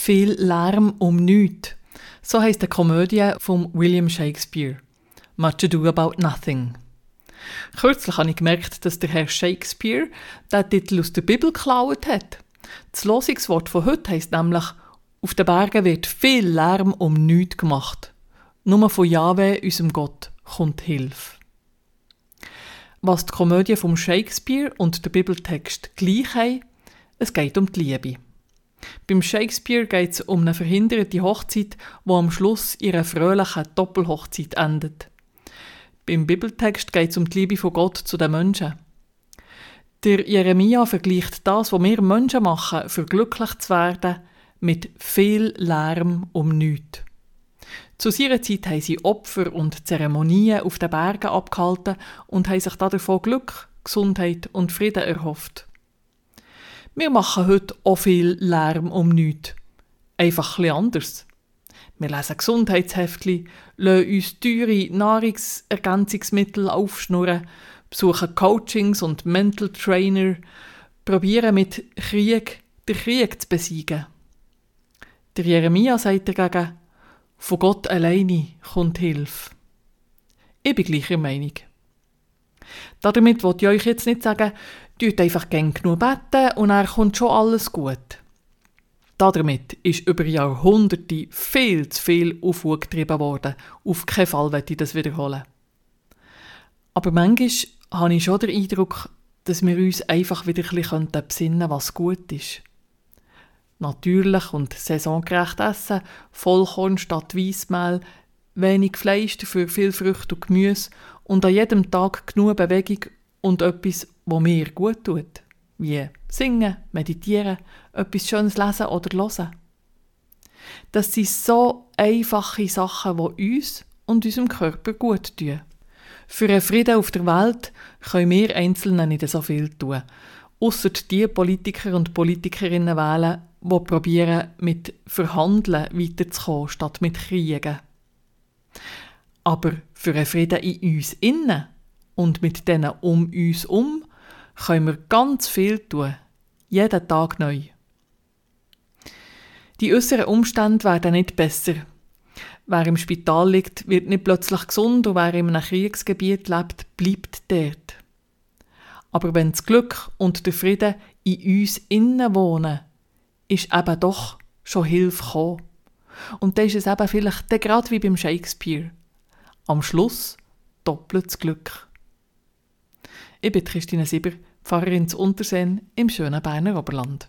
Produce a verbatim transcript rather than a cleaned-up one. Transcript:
Viel Lärm um nichts. So heisst die Komödie von William Shakespeare. Much Ado About Nothing. Kürzlich habe ich gemerkt, dass der Herr Shakespeare diesen Titel aus der Bibel geklaut hat. Das Losungswort von heute heisst nämlich: Auf den Bergen wird viel Lärm um nichts gemacht. Nur von Jahwe, unserem Gott, kommt Hilfe. Was die Komödie von Shakespeare und der Bibeltext gleich haben: Es geht um die Liebe. Beim Shakespeare geht es um eine verhinderte Hochzeit, die am Schluss ihre fröhliche Doppelhochzeit endet. Beim Bibeltext geht es um die Liebe von Gott zu den Menschen. Der Jeremia vergleicht das, was wir Menschen machen, für glücklich zu werden, mit viel Lärm um nichts. Zu seiner Zeit haben sie Opfer und Zeremonien auf den Bergen abgehalten und haben sich davon Glück, Gesundheit und Frieden erhofft. Wir machen heute auch viel Lärm um nichts. Einfach etwas anders. Wir lesen Gesundheitsheftchen, lassen uns teure Nahrungsergänzungsmittel aufschnurren, besuchen Coachings und Mental Trainer, probieren mit Krieg den Krieg zu besiegen. Der Jeremia sagt dagegen: Von Gott alleine kommt Hilfe. Ich bin gleicher Meinung. Damit will ich euch jetzt nicht sagen, tut einfach gern genug beten und dann kommt schon alles gut. Damit ist über Jahrhunderte viel zu viel Aufruhr getrieben worden. Auf keinen Fall möchte ich das wiederholen. Aber manchmal habe ich schon den Eindruck, dass wir uns einfach wieder ein bisschen besinnen können, was gut ist. Natürlich und saisongerecht essen, Vollkorn statt Weissmehl, wenig Fleisch, dafür viel Früchte und Gemüse und an jedem Tag genug Bewegung und etwas, was mir gut tut, wie singen, meditieren, etwas Schönes lesen oder hören. Das sind so einfache Sachen, die uns und unserem Körper gut tun. Für einen Frieden auf der Welt können wir Einzelnen nicht so viel tun, ausser die Politiker und Politikerinnen wählen, die probieren, mit Verhandeln weiterzukommen, statt mit Kriegen. Aber für einen Frieden in uns innen und mit denen um uns um können wir ganz viel tun, jeden Tag neu. Die äußeren Umstände werden nicht besser. Wer im Spital liegt, wird nicht plötzlich gesund und wer in einem Kriegsgebiet lebt, bleibt dort. Aber wenn das Glück und der Frieden in uns innen wohnen, ist eben doch schon Hilfe gekommen. Und dann ist es eben vielleicht gerade wie beim Shakespeare. Am Schluss doppeltes Glück. Ich bin Christine Sieber, Pfarrerin zu Unterseen im schönen Berner Oberland.